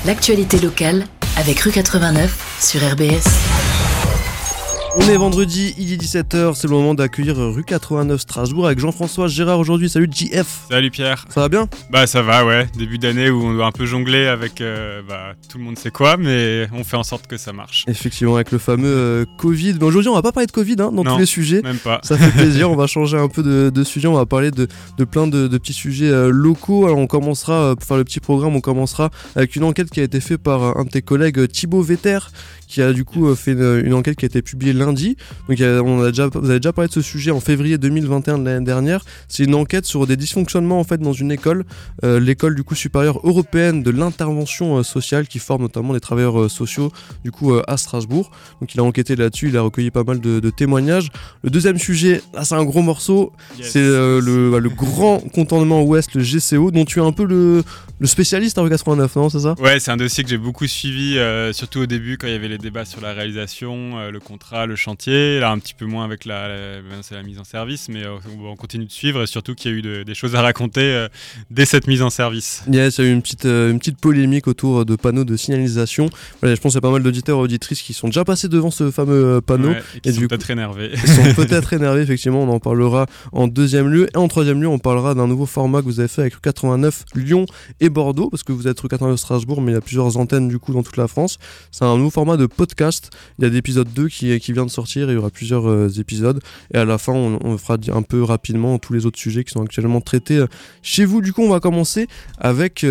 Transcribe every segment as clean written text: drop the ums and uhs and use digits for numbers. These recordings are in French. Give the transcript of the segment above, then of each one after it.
L'actualité locale avec Rue 89 sur RBS. On est vendredi, il est 17h, c'est le moment d'accueillir Rue 89 Strasbourg avec Jean-François Gérard aujourd'hui. Salut JF. Salut Pierre. Ça va bien ? Bah ça va, ouais. Début d'année où on doit un peu jongler avec tout le monde sait quoi, mais on fait en sorte que ça marche. Effectivement, avec le fameux Covid. Mais aujourd'hui on va pas parler de Covid dans non, tous les sujets. Même pas. Ça fait plaisir, on va changer un peu de sujet, on va parler de plein de petits sujets locaux. Alors on commencera, pour faire le petit programme, on commencera avec une enquête qui a été faite par un de tes collègues, Thibaut Vetter, qui a du coup fait une enquête qui a été publiée lundi. Donc vous avez déjà parlé de ce sujet en février 2021 de l'année dernière. C'est une enquête sur des dysfonctionnements en fait dans une école, l'école du coup supérieure européenne de l'intervention sociale qui forme notamment des travailleurs sociaux du coup à Strasbourg. Donc il a enquêté là-dessus, il a recueilli pas mal de témoignages. Le deuxième sujet, là c'est un gros morceau, yes. C'est le grand contournement ouest, le GCO, dont tu es un peu le spécialiste à Rue 89, non, c'est ça ? Ouais, c'est un dossier que j'ai beaucoup suivi, surtout au début quand il y avait les débats sur la réalisation, le contrat, le chantier, là un petit peu moins avec c'est la mise en service, mais on continue de suivre et surtout qu'il y a eu des choses à raconter dès cette mise en service. Yes, il y a eu une petite polémique autour de panneaux de signalisation. Voilà, je pense qu'il y a pas mal d'auditeurs et auditrices qui sont déjà passés devant ce fameux panneau. Ouais, et qui sont peut-être énervés. Ils sont peut-être énervés, effectivement, on en parlera en deuxième lieu. Et en troisième lieu, on parlera d'un nouveau format que vous avez fait avec Rue 89 Lyon et Bordeaux, parce que vous êtes Rue 89 Strasbourg, mais il y a plusieurs antennes du coup dans toute la France. C'est un nouveau format de podcast. Il y a l'épisode 2 qui vient de sortir, et il y aura plusieurs épisodes. Et à la fin, on fera un peu rapidement tous les autres sujets qui sont actuellement traités chez vous. Du coup, on va commencer avec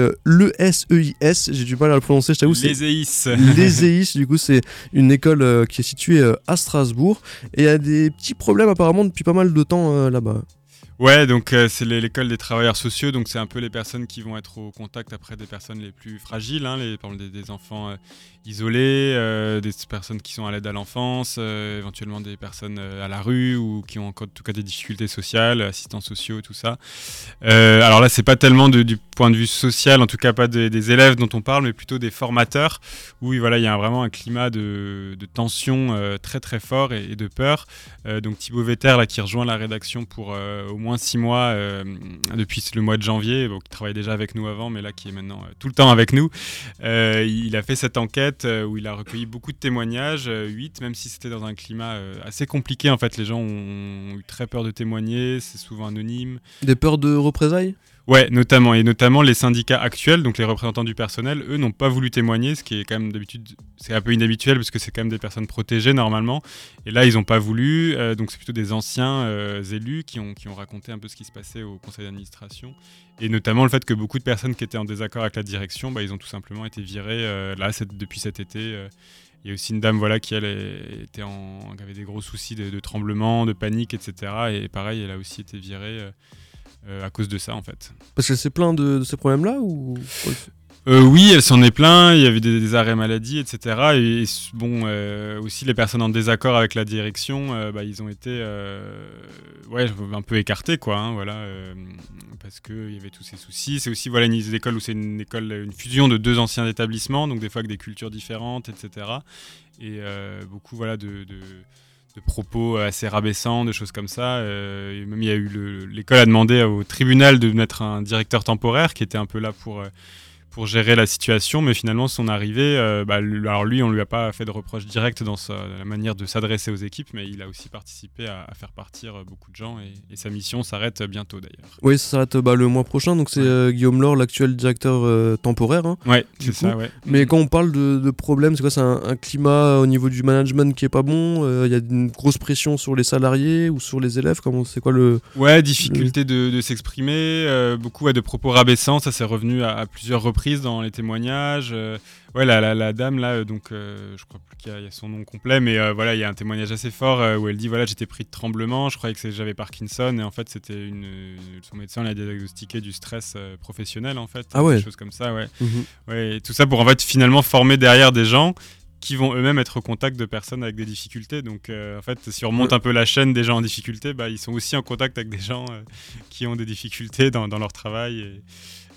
l'ESEIS. J'ai du mal à le prononcer, je t'avoue. L'ESEIS. L'ESEIS, du coup, c'est une école qui est située à Strasbourg. Et il y a des petits problèmes apparemment depuis pas mal de temps là-bas. Ouais, donc c'est l'école des travailleurs sociaux, donc c'est un peu les personnes qui vont être au contact après des personnes les plus fragiles, par exemple des enfants isolés, des personnes qui sont à l'aide à l'enfance, éventuellement des personnes à la rue ou qui ont en tout cas des difficultés sociales, assistants sociaux, tout ça. Alors là, c'est pas tellement du point de vue social, en tout cas pas des élèves dont on parle, mais plutôt des formateurs, où voilà, il y a vraiment un climat de tension très très fort et de peur. Donc Thibaut Vetter, là, qui rejoint la rédaction pour au moins 6 mois depuis le mois de janvier, qui travaille déjà avec nous avant, mais là qui est maintenant tout le temps avec nous. Il a fait cette enquête où il a recueilli beaucoup de témoignages, 8, même si c'était dans un climat assez compliqué. En fait, les gens ont eu très peur de témoigner, c'est souvent anonyme. Des peurs de représailles ? Ouais, notamment les syndicats actuels, donc les représentants du personnel, eux n'ont pas voulu témoigner, ce qui est quand même d'habitude, c'est un peu inhabituel parce que c'est quand même des personnes protégées normalement, et là ils n'ont pas voulu, donc c'est plutôt des anciens élus qui ont raconté un peu ce qui se passait au conseil d'administration, et notamment le fait que beaucoup de personnes qui étaient en désaccord avec la direction, ils ont tout simplement été virées depuis cet été. Il y a aussi une dame qui elle qui avait des gros soucis de tremblements, de panique, etc. Et pareil, elle a aussi été virée à cause de ça en fait. Parce qu'elle s'est plaint de ces problèmes-là ou... Oui, elle s'en est plaint, il y avait des arrêts maladie, etc. Et aussi les personnes en désaccord avec la direction, ils ont été un peu écartés, quoi, parce qu'il y avait tous ces soucis. C'est aussi une école où c'est une fusion de 2 anciens établissements, donc des fois avec des cultures différentes, etc. Et beaucoup de propos assez rabaissants, de choses comme ça. Et même l'école a demandé au tribunal de mettre un directeur temporaire qui était un peu là pour gérer la situation, mais finalement son arrivée, alors lui on lui a pas fait de reproche direct dans la manière de s'adresser aux équipes, mais il a aussi participé à faire partir beaucoup de gens, et sa mission s'arrête bientôt d'ailleurs. Oui, ça s'arrête le mois prochain, donc c'est Guillaume Laure, l'actuel directeur temporaire. Ouais, c'est ça, ouais. Mais quand on parle de problèmes, c'est quoi ? C'est un climat au niveau du management qui est pas bon, y a une grosse pression sur les salariés ou sur les élèves, c'est quoi le... Ouais, difficulté de s'exprimer, beaucoup de propos rabaissants, ça s'est revenu à plusieurs reprises dans les témoignages. La dame là, je crois plus qu'il y a son nom complet, mais il y a un témoignage assez fort où elle dit j'étais pris de tremblement, je croyais que j'avais Parkinson, et en fait c'était son médecin l'a diagnostiqué du stress professionnel en fait, des choses comme ça, et tout ça pour en fait finalement former derrière des gens qui vont eux-mêmes être au contact de personnes avec des difficultés. Donc en fait, si on remonte un peu la chaîne des gens en difficulté, ils sont aussi en contact avec des gens qui ont des difficultés dans leur travail.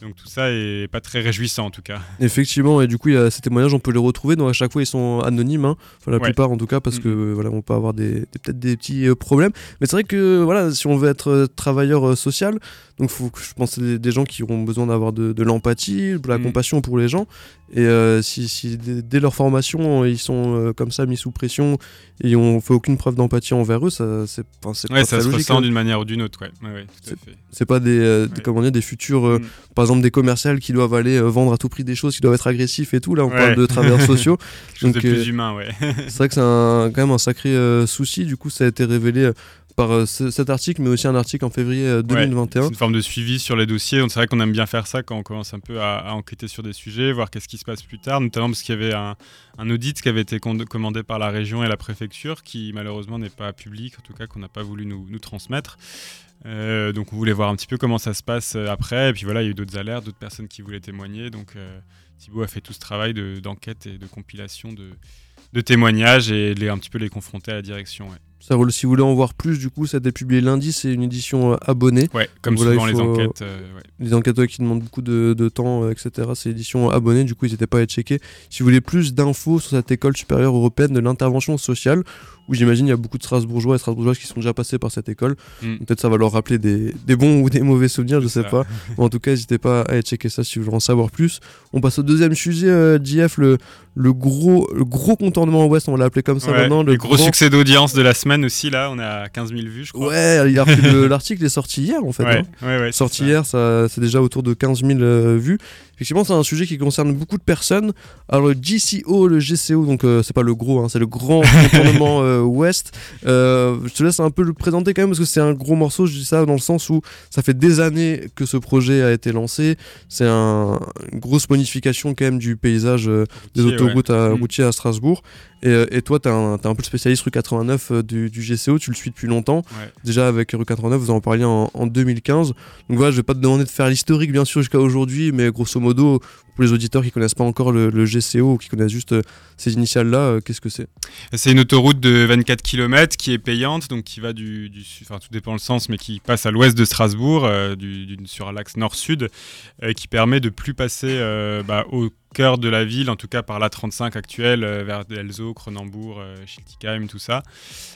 Donc tout ça est pas très réjouissant en tout cas. Effectivement, et du coup, il y a ces témoignages, on peut les retrouver. Donc à chaque fois, ils sont anonymes, hein. Enfin, la plupart en tout cas, parce que voilà, on peut avoir peut-être des petits problèmes. Mais c'est vrai que voilà, si on veut être travailleur social, donc je pense que c'est des gens qui auront besoin d'avoir de l'empathie, de la compassion pour les gens. Et si dès leur formation, ils sont comme ça mis sous pression et on fait aucune preuve d'empathie envers eux, c'est pas ça très se logique, ressent hein. d'une manière ou d'une autre. Ouais, tout à fait. C'est pas des futurs, par exemple des commerciales qui doivent aller vendre à tout prix des choses, qui doivent être agressifs et tout. Là, on parle de travailleurs sociaux. Quelque chose de plus humain, ouais. C'est vrai que c'est quand même un sacré souci. Du coup, ça a été révélé par cet article, mais aussi un article en février 2021. C'est une forme de suivi sur les dossiers. Donc, c'est vrai qu'on aime bien faire ça quand on commence un peu à enquêter sur des sujets, voir qu'est-ce qui se passe plus tard, notamment parce qu'il y avait un audit qui avait été commandé par la région et la préfecture, qui malheureusement n'est pas public, en tout cas qu'on n'a pas voulu nous transmettre. Donc on voulait voir un petit peu comment ça se passe après, et puis voilà, il y a eu d'autres alertes, d'autres personnes qui voulaient témoigner, donc Thibaut a fait tout ce travail d'enquête et de compilation de témoignages et un petit peu les confronter à la direction. Ouais. Ça roule. Si vous voulez en voir plus, du coup, ça a été publié lundi, c'est une édition abonnée. Ouais, comme donc, souvent les enquêtes. Les enquêtes qui demandent beaucoup de temps, etc. C'est édition abonnée, du coup, n'hésitez pas à les checker. Si vous voulez plus d'infos sur cette école supérieure européenne de l'intervention sociale, où j'imagine il y a beaucoup de Strasbourgeois et Strasbourgeoises qui sont déjà passés par cette école. Peut-être ça va leur rappeler des bons ou des mauvais souvenirs, je sais pas. En tout cas, n'hésitez pas à aller checker ça si vous voulez en savoir plus. On passe au deuxième sujet, JF, le gros contournement ouest, on va l'appeler comme ça maintenant. Le gros succès d'audience de la semaine aussi, là, on est à 15 000 vues, je crois. Ouais, l'article est sorti hier en fait. Sorti hier, c'est déjà autour de 15 000 vues. Effectivement, c'est un sujet qui concerne beaucoup de personnes. Alors le GCO, donc c'est pas le gros, hein, c'est le grand contournement ouest. Je te laisse un peu le présenter quand même parce que c'est un gros morceau. Je dis ça dans le sens où ça fait des années que ce projet a été lancé. C'est une grosse bonification quand même du paysage des autoroutes routières à Strasbourg. Et toi, t'es un peu le spécialiste rue 89 du GCO, tu le suis depuis longtemps. Déjà avec rue 89, vous en parliez en 2015. Donc voilà, je vais pas te demander de faire l'historique bien sûr jusqu'à aujourd'hui, mais grosso modo, pour les auditeurs qui connaissent pas encore le GCO ou qui connaissent juste ces initiales-là, qu'est-ce que c'est ? C'est une autoroute de 24 km qui est payante, donc qui va du enfin tout dépend le sens, mais qui passe à l'ouest de Strasbourg, sur l'axe nord-sud, qui permet de plus passer au cœur de la ville, en tout cas par l'A35 actuelle, vers Elzau, Cronenbourg, Schiltigheim, tout ça.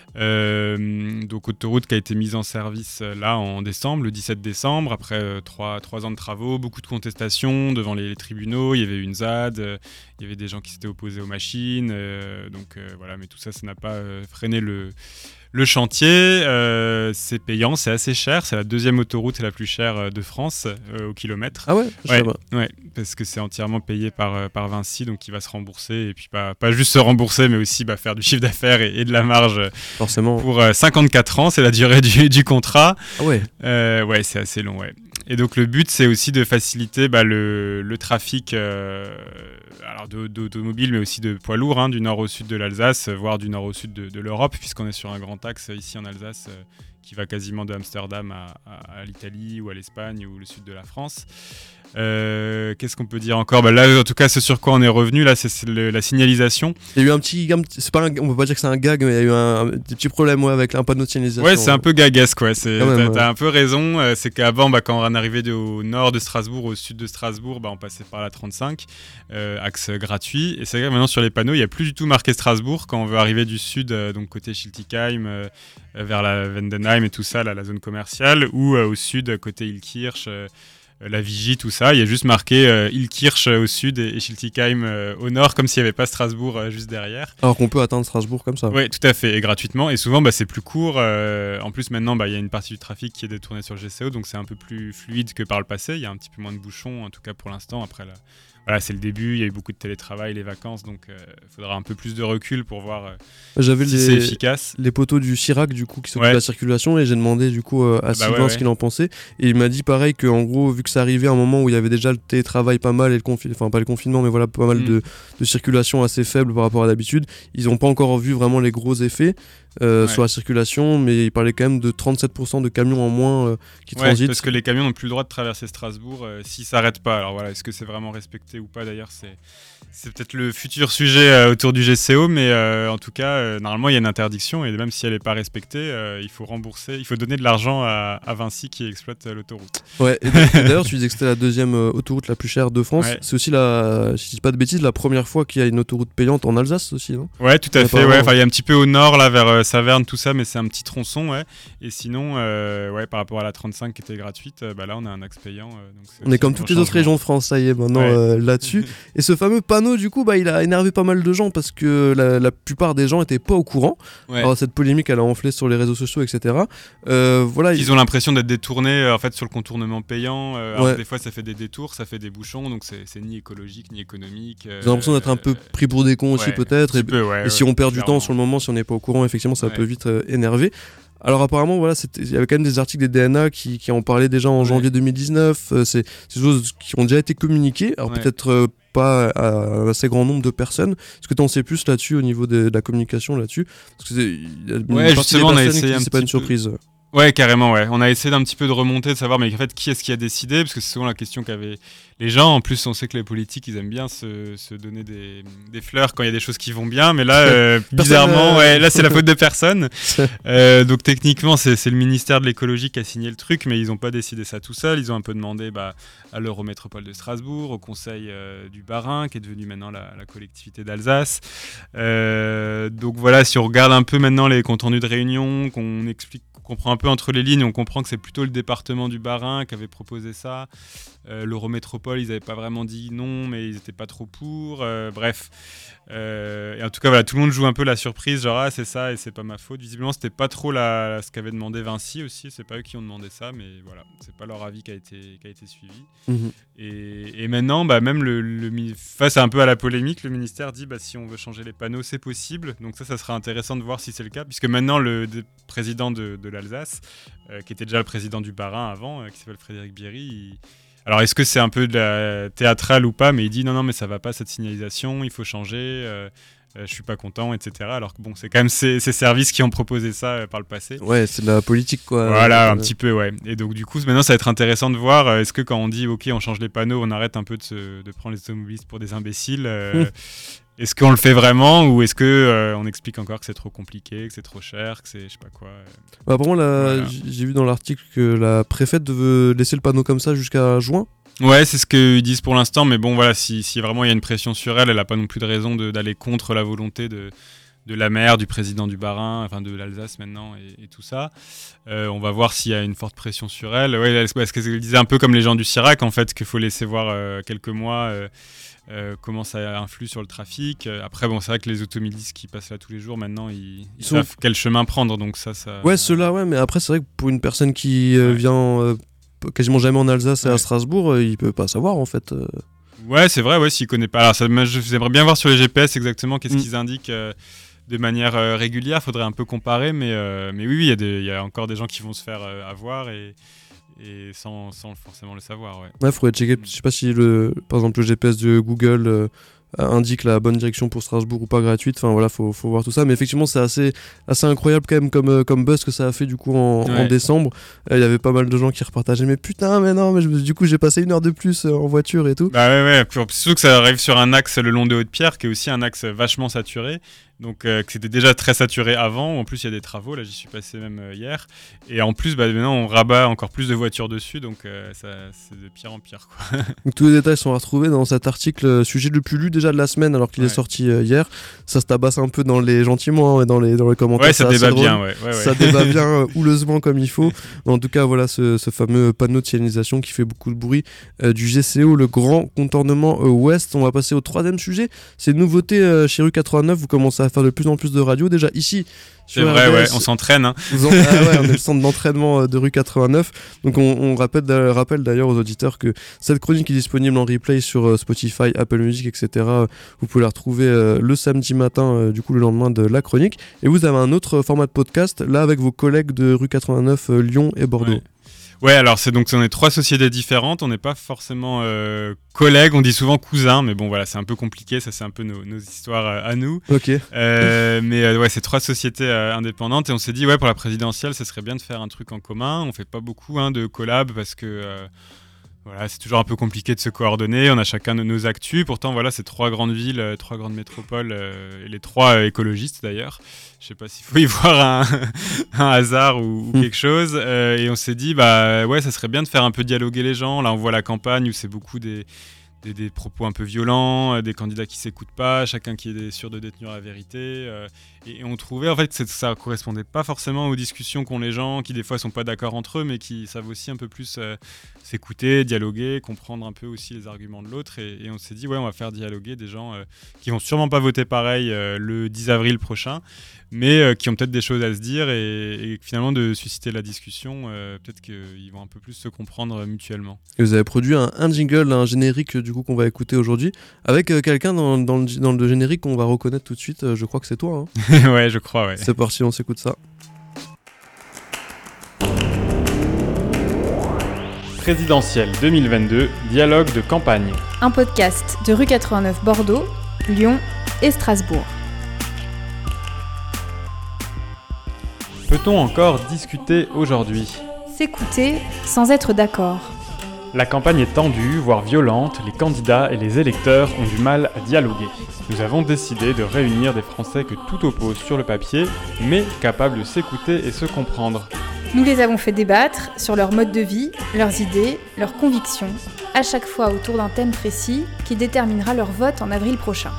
Donc autoroute qui a été mise en service là en décembre, le 17 décembre, après 3 ans de travaux, beaucoup de contestations devant les tribunaux, il y avait une ZAD, il y avait des gens qui s'étaient opposés aux machines, voilà, mais tout ça, ça n'a pas freiné le chantier. C'est payant, c'est assez cher, c'est la deuxième autoroute la plus chère de France au kilomètre. Ah ouais, ouais, parce que c'est entièrement payé par Vinci, donc il va se rembourser, et puis pas juste se rembourser, mais aussi faire du chiffre d'affaires et de la marge. Forcément. Pour 54 ans, c'est la durée du contrat. Ah ouais. Ouais, c'est assez long, ouais. Et donc le but, c'est aussi de faciliter le trafic d'automobiles, mais aussi de poids lourds, du nord au sud de l'Alsace, voire du nord au sud de l'Europe, puisqu'on est sur un grand axe ici en Alsace qui va quasiment de Amsterdam à l'Italie ou à l'Espagne ou le sud de la France. Qu'est-ce qu'on peut dire encore ? Là, en tout cas, ce sur quoi on est revenu, là, c'est la signalisation. Il y a eu on peut pas dire que c'est un gag, mais il y a eu des petits problèmes avec un panneau de signalisation. Ouais, c'est un peu gaguesque, ouais. T'as un peu raison. C'est qu'avant, quand on arrivait au nord de Strasbourg, au sud de Strasbourg, on passait par la 35, axe gratuit. Et c'est vrai que maintenant, sur les panneaux, il n'y a plus du tout marqué Strasbourg quand on veut arriver du sud, donc côté Schiltigheim, vers la Vendenheim et tout ça, la zone commerciale, ou au sud, côté Ilkirch, la Vigie, tout ça. Il y a juste marqué Ilkirch au sud et Schiltigheim au nord, comme s'il n'y avait pas Strasbourg juste derrière. Alors qu'on peut atteindre Strasbourg comme ça. Oui, tout à fait, et gratuitement. Et souvent, c'est plus court. En plus, maintenant, il y a une partie du trafic qui est détournée sur le GCO, donc c'est un peu plus fluide que par le passé. Il y a un petit peu moins de bouchons, en tout cas pour l'instant. Après, voilà, c'est le début, il y a eu beaucoup de télétravail, les vacances, donc il faudra un peu plus de recul pour voir si c'est efficace. Les poteaux du CIRAC, du coup, qui s'occupent de la circulation, et j'ai demandé du coup à Sylvain ce qu'il en pensait, et il m'a dit pareil qu'en gros, vu que ça arrivait à un moment où il y avait déjà le télétravail pas mal, et pas le confinement, mais voilà, pas mal de circulation assez faible par rapport à d'habitude, ils n'ont pas encore vu vraiment les gros effets. sur la circulation, mais il parlait quand même de 37% de camions en moins qui transitent. Parce que les camions n'ont plus le droit de traverser Strasbourg s'ils s'arrêtent pas. Alors voilà, est-ce que c'est vraiment respecté ou pas d'ailleurs, c'est peut-être le futur sujet autour du GCO, mais en tout cas, normalement, il y a une interdiction et même si elle n'est pas respectée, il faut rembourser, il faut donner de l'argent à Vinci qui exploite l'autoroute. Ouais, et d'ailleurs, tu disais que c'était la deuxième autoroute la plus chère de France. Ouais. C'est aussi, si je dis pas de bêtises, la première fois qu'il y a une autoroute payante en Alsace aussi, non ? Ouais, tout à fait. Ouais. Enfin, il y a un petit peu au nord, là, vers Saverne, tout ça, mais c'est un petit tronçon. Ouais. Et sinon, par rapport à la 35 qui était gratuite, là, on a un axe payant. Donc on est comme toutes les autres régions de France, ça y est, maintenant, là-dessus. Et ce fameux panneau, du coup, il a énervé pas mal de gens parce que la plupart des gens étaient pas au courant. Ouais. Alors, cette polémique, elle a enflé sur les réseaux sociaux, etc. Ils ont l'impression d'être détournés en fait sur le contournement payant. Des fois, ça fait des détours, ça fait des bouchons, donc c'est ni écologique ni économique. J'ai l'impression d'être un peu pris pour des cons aussi, peut-être. Et si on perd du temps sur le moment, si on n'est pas au courant, effectivement, ça peut vite énerver. Alors apparemment, il y avait quand même des articles des DNA qui en parlaient déjà en janvier 2019. C'est des choses qui ont déjà été communiquées. Alors peut-être pas à un assez grand nombre de personnes. Est-ce que tu en sais plus là-dessus au niveau de la communication là-dessus ? Parce que justement, on a essayé c'est pas une surprise. Ouais, carrément, ouais. On a essayé d'un petit peu de remonter, de savoir, mais en fait, qui est-ce qui a décidé ? Parce que c'est souvent la question qu'avaient les gens. En plus, on sait que les politiques, ils aiment bien se donner des fleurs quand il y a des choses qui vont bien. Mais là, bizarrement, là, c'est la faute de personne. Donc, techniquement, c'est le ministère de l'écologie qui a signé le truc, mais ils n'ont pas décidé ça tout seul. Ils ont un peu demandé à l'Eurométropole de Strasbourg, au Conseil du Bas-Rhin, qui est devenu maintenant la collectivité d'Alsace. Donc, voilà, si on regarde un peu maintenant les comptes rendus de réunion, qu'on comprend un peu entre les lignes, on comprend que c'est plutôt le département du Bas-Rhin qui avait proposé ça. L'Eurométropole, ils n'avaient pas vraiment dit non, mais ils n'étaient pas trop pour. Bref. Et en tout cas, voilà, tout le monde joue un peu la surprise, genre c'est ça et c'est pas ma faute. Visiblement, c'était pas trop ce qu'avait demandé Vinci aussi. C'est pas eux qui ont demandé ça, mais voilà, c'est pas leur avis qui a été suivi. Mmh. Et maintenant, même face un peu à la polémique, le ministère dit si on veut changer les panneaux, c'est possible. Donc ça sera intéressant de voir si c'est le cas, puisque maintenant le président de l'Alsace, qui était déjà le président du Bas-Rhin avant, qui s'appelle Frédéric Bierry, alors est-ce que c'est un peu de la théâtrale ou pas, mais il dit non mais ça va pas cette signalisation, il faut changer, je suis pas content, etc. Alors que c'est quand même ces services qui ont proposé ça par le passé. Ouais, c'est de la politique quoi. Voilà, un petit peu, ouais. Et donc du coup maintenant ça va être intéressant de voir, est-ce que quand on dit ok on change les panneaux, on arrête un peu de prendre les automobilistes pour des imbéciles Est-ce qu'on le fait vraiment ou est-ce que on explique encore que c'est trop compliqué, que c'est trop cher, que c'est je sais pas quoi Apparemment, j'ai vu dans l'article que la préfète veut laisser le panneau comme ça jusqu'à juin. Ouais, c'est ce qu'ils disent pour l'instant, mais bon, voilà, si vraiment il y a une pression sur elle n'a pas non plus de raison d'aller contre la volonté de la maire, du président du Bas-Rhin, enfin de l'Alsace maintenant et tout ça. On va voir s'il y a une forte pression sur elle. Ouais, parce qu'elle disait un peu comme les gens du CIRAC, en fait, qu'il faut laisser voir quelques mois comment ça influe sur le trafic. Après, c'est vrai que les automobilistes qui passent là tous les jours, maintenant, ils savent quel chemin prendre. Donc ça... Ouais, ceux-là, ouais, mais après, c'est vrai que pour une personne qui vient quasiment jamais en Alsace et à Strasbourg, il peut pas savoir, en fait. Ouais, c'est vrai, s'il connaît pas. Alors, j'aimerais bien voir sur les GPS exactement qu'est-ce qu'ils indiquent de manière régulière. Faudrait un peu comparer, mais oui, il y a encore des gens qui vont se faire avoir et sans forcément le savoir. Ouais, faudrait checker. Je sais pas si par exemple le GPS de Google indique la bonne direction pour Strasbourg ou pas gratuite. Enfin voilà, faut voir tout ça. Mais effectivement, c'est assez incroyable quand même comme buzz que ça a fait du coup en décembre. Il y avait pas mal de gens qui repartageaient. Mais putain, mais non, mais du coup j'ai passé 1 heure de plus en voiture et tout. Bah ouais. Surtout que ça arrive sur un axe le long de Haute-Pierre qui est aussi un axe vachement saturé. Donc que c'était déjà très saturé avant. En plus, il y a des travaux. Là, j'y suis passé même hier. Et en plus, maintenant, on rabat encore plus de voitures dessus. Donc, c'est de pire en pire, quoi. Donc, tous les détails sont retrouvés dans cet article, sujet le plus lu déjà de la semaine, alors qu'il est sorti hier. Ça se tabasse un peu gentiment dans les commentaires. Ouais, ça débat bien. Ça débat bien houleusement comme il faut. Mais en tout cas, voilà ce fameux panneau de signalisation qui fait beaucoup de bruit du GCO, le grand contournement ouest. On va passer au 3e sujet. C'est une nouveauté chez Rue 89. Vous commencez à faire de plus en plus de radio déjà ici c'est vrai, RDS, on s'entraîne on est le centre d'entraînement de Rue 89, donc on rappelle d'ailleurs aux auditeurs que cette chronique est disponible en replay sur Spotify, Apple Music, etc. Vous pouvez la retrouver le samedi matin, du coup le lendemain de la chronique, et vous avez un autre format de podcast là avec vos collègues de Rue 89 Lyon et Bordeaux. Ouais, alors on est 3 sociétés différentes, on n'est pas forcément collègues, on dit souvent cousins, mais bon voilà, c'est un peu compliqué, ça c'est un peu nos histoires à nous. Ok. Mais ouais, c'est 3 sociétés indépendantes et on s'est dit ouais, pour la présidentielle, ça serait bien de faire un truc en commun. On fait pas beaucoup de collab parce que voilà, c'est toujours un peu compliqué de se coordonner. On a chacun nos actus. Pourtant, voilà, c'est 3 grandes villes, 3 grandes métropoles, et les 3 écologistes d'ailleurs. Je sais pas s'il faut y voir un hasard ou quelque chose. Et on s'est dit, bah ouais, ça serait bien de faire un peu dialoguer les gens. Là, on voit la campagne où c'est beaucoup des propos un peu violents, des candidats qui s'écoutent pas, chacun qui est sûr de détenir la vérité. Et on trouvait en fait que ça correspondait pas forcément aux discussions qu'ont les gens, qui des fois sont pas d'accord entre eux, mais qui savent aussi un peu plus s'écouter, dialoguer, comprendre un peu aussi les arguments de l'autre. Et on s'est dit, ouais, on va faire dialoguer des gens qui vont sûrement pas voter pareil le 10 avril prochain, mais qui ont peut-être des choses à se dire et finalement de susciter la discussion, peut-être qu'ils vont un peu plus se comprendre mutuellement. Et vous avez produit un jingle, un générique du coup qu'on va écouter aujourd'hui, avec quelqu'un dans le générique qu'on va reconnaître tout de suite. Je crois que c'est toi. Ouais, je crois, ouais. C'est parti, on s'écoute ça. Présidentielle 2022, dialogue de campagne. Un podcast de Rue 89 Bordeaux, Lyon et Strasbourg. Peut-on encore discuter aujourd'hui ? S'écouter sans être d'accord. La campagne est tendue, voire violente, les candidats et les électeurs ont du mal à dialoguer. Nous avons décidé de réunir des Français que tout oppose sur le papier, mais capables de s'écouter et se comprendre. Nous les avons fait débattre sur leur mode de vie, leurs idées, leurs convictions, à chaque fois autour d'un thème précis qui déterminera leur vote en avril prochain.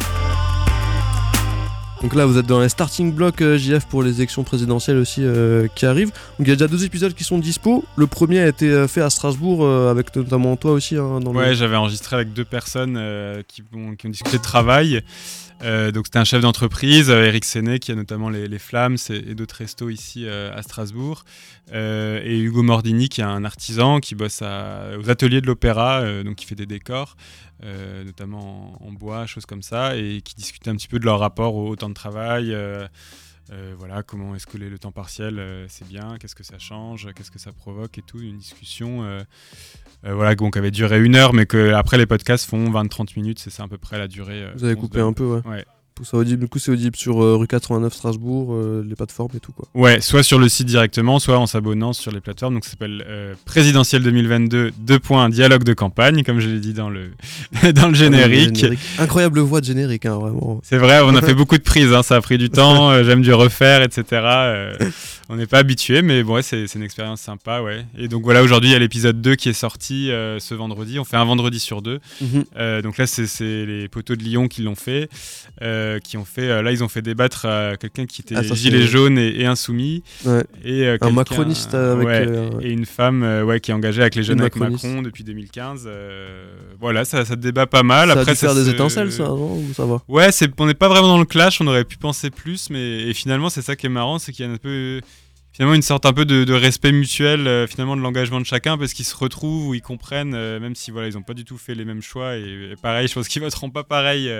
Donc là, vous êtes dans les starting blocks JF pour les élections présidentielles aussi qui arrivent. Donc il y a déjà 2 épisodes qui sont dispo. Le premier a été fait à Strasbourg avec notamment toi aussi. Ouais, j'avais enregistré avec 2 personnes qui ont discuté de travail. Donc c'était un chef d'entreprise, Eric Séné, qui a notamment les Flammes et d'autres restos ici à Strasbourg, et Hugo Mordini, qui est un artisan qui bosse aux ateliers de l'Opéra, donc qui fait des décors, notamment en bois, choses comme ça, et qui discutait un petit peu de leur rapport au temps de travail. Voilà, comment est-ce que le temps partiel c'est bien, qu'est-ce que ça change, qu'est-ce que ça provoque et tout, une discussion voilà, donc avait duré 1 heure, mais que après les podcasts font 20-30 minutes, c'est ça à peu près la durée. Vous avez coupé un peu, ouais. Du coup, c'est audible sur rue 89 Strasbourg, les plateformes et tout, quoi. Ouais, soit sur le site directement, soit en s'abonnant sur les plateformes. Donc ça s'appelle Présidentielle 2022, dialogue de campagne, comme je l'ai dit dans le générique. Incroyable voix de générique, vraiment. C'est vrai, on a fait beaucoup de prises, ça a pris du temps, j'aime du refaire, etc. On n'est pas habitué, mais bon, ouais, c'est une expérience sympa, ouais. Et donc voilà, aujourd'hui, il y a l'épisode 2 qui est sorti ce vendredi. On fait un vendredi sur 2. Donc là, c'est les poteaux de Lyon qui l'ont fait. Là ils ont fait débattre quelqu'un qui était gilet jaune et insoumis, ouais. Et un macroniste et une femme qui est engagée avec les jeunes avec Macron depuis 2015. Voilà, ça débat pas mal. Ça a dû faire des étincelles, ça, non, ou ça va? Ouais, on n'est pas vraiment dans le clash, on aurait pu penser plus, mais finalement c'est ça qui est marrant, c'est qu'il y a un peu finalement une sorte un peu de respect mutuel finalement de l'engagement de chacun, parce qu'ils se retrouvent ou ils comprennent, même si voilà ils n'ont pas du tout fait les mêmes choix, et pareil, je pense qu'ils voteront pas pareil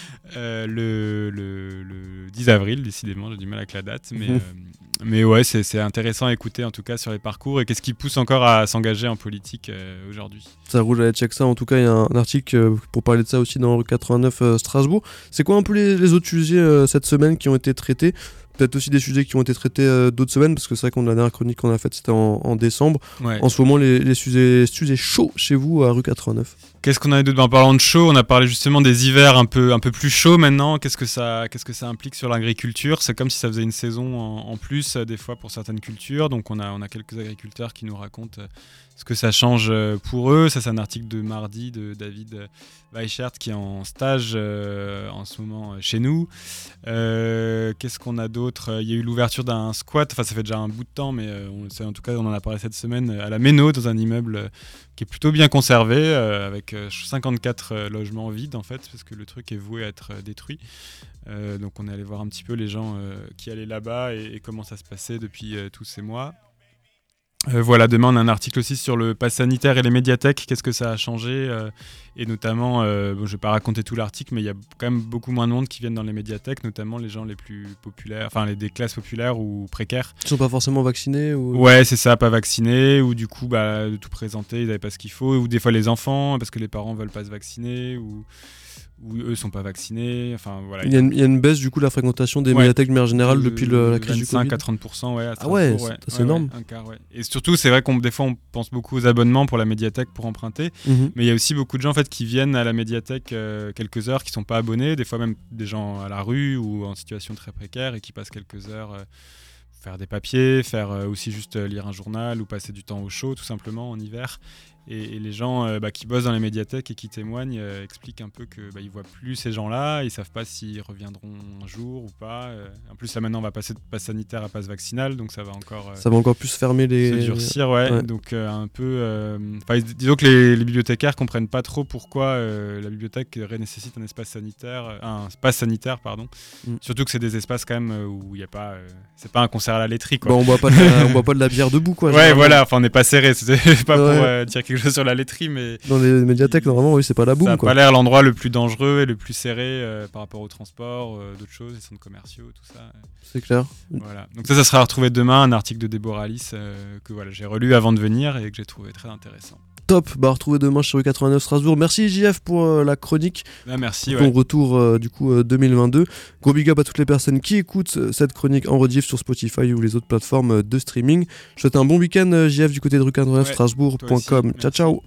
le 10 avril, décidément j'ai du mal avec la date, mais ouais, c'est intéressant à écouter en tout cas sur les parcours et qu'est-ce qui pousse encore à s'engager en politique aujourd'hui. Ça roule, allez check ça. En tout cas, il y a un article pour parler de ça aussi dans rue 89 Strasbourg. C'est quoi un peu les autres sujets cette semaine qui ont été traités? Peut-être aussi des sujets qui ont été traités d'autres semaines, parce que c'est vrai qu'on la dernière chronique qu'on a faite c'était en décembre. Ouais. En ce moment, les sujets chauds chez vous à rue 89. Qu'est-ce qu'on a d'autre? En parlant de chaud, on a parlé justement des hivers un peu plus chauds maintenant. Qu'est-ce que ça implique sur l'agriculture? C'est comme si ça faisait une saison en plus des fois pour certaines cultures. Donc on a quelques agriculteurs qui nous racontent ce que ça change pour eux. Ça, c'est un article de mardi de David Weichert qui est en stage en ce moment chez nous. Qu'est-ce qu'on a d'autre? Il y a eu l'ouverture d'un squat, enfin ça fait déjà un bout de temps, mais en tout cas on en a parlé cette semaine à la Méno, dans un immeuble qui est plutôt bien conservé, avec 54 logements vides en fait, parce que le truc est voué à être détruit. Donc on est allé voir un petit peu les gens qui allaient là-bas et comment ça se passait depuis tous ces mois. Voilà, demain on a un article aussi sur le pass sanitaire et les médiathèques, qu'est-ce que ça a changé et notamment, je vais pas raconter tout l'article, mais il y a quand même beaucoup moins de monde qui viennent dans les médiathèques, notamment les gens les plus populaires, enfin des classes populaires ou précaires. Ils sont pas forcément vaccinés ou... Ouais, c'est ça, pas vaccinés, ou du coup de tout présenter, ils n'avaient pas ce qu'il faut, ou des fois les enfants, parce que les parents veulent pas se vacciner, ou eux sont pas vaccinés, enfin voilà. Il y a une baisse du coup de la fréquentation des médiathèques de manière générale depuis la crise du Covid. 25-30%, ouais. Ah ouais, c'est énorme. Un quart, ouais. Et surtout, c'est vrai des fois on pense beaucoup aux abonnements pour la médiathèque pour emprunter, mais il y a aussi beaucoup de gens en fait qui viennent à la médiathèque quelques heures, qui sont pas abonnés, des fois même des gens à la rue ou en situation très précaire et qui passent quelques heures. Faire des papiers, faire aussi juste lire un journal ou passer du temps au chaud tout simplement en hiver. Et les gens qui bossent dans les médiathèques et qui témoignent expliquent un peu qu'ils voient plus ces gens-là, ils savent pas s'ils reviendront un jour ou pas. En plus là maintenant on va passer de passe sanitaire à passe vaccinal, donc ça va encore plus fermer les... se durcir, ouais. Donc un peu... disons que les bibliothécaires comprennent pas trop pourquoi la bibliothèque nécessite un espace sanitaire, un passe sanitaire, pardon. Surtout que c'est des espaces quand même où il y a pas... c'est pas un concert à la laiterie, quoi. On boit pas de la bière debout, quoi. Ouais, voilà, enfin on n'est pas serré, c'est pas pour dire quelque chose sur la laiterie, mais... Dans les médiathèques, normalement, oui, c'est pas la boum, ça a quoi. pas l'air l'endroit le plus dangereux et le plus serré par rapport au transport, d'autres choses, les centres commerciaux, tout ça. C'est clair. Voilà. Donc ça sera retrouvé demain, un article de Déborah Alice que j'ai relu avant de venir et que j'ai trouvé très intéressant. Top, retrouvé demain chez Rue 89 Strasbourg. Merci JF pour la chronique. Merci. Ton retour 2022. Gros big up à toutes les personnes qui écoutent cette chronique en rediff sur Spotify ou les autres plateformes de streaming. Je souhaite un bon week-end JF du côté de Rue 89 Strasbourg.com. Ciao ciao.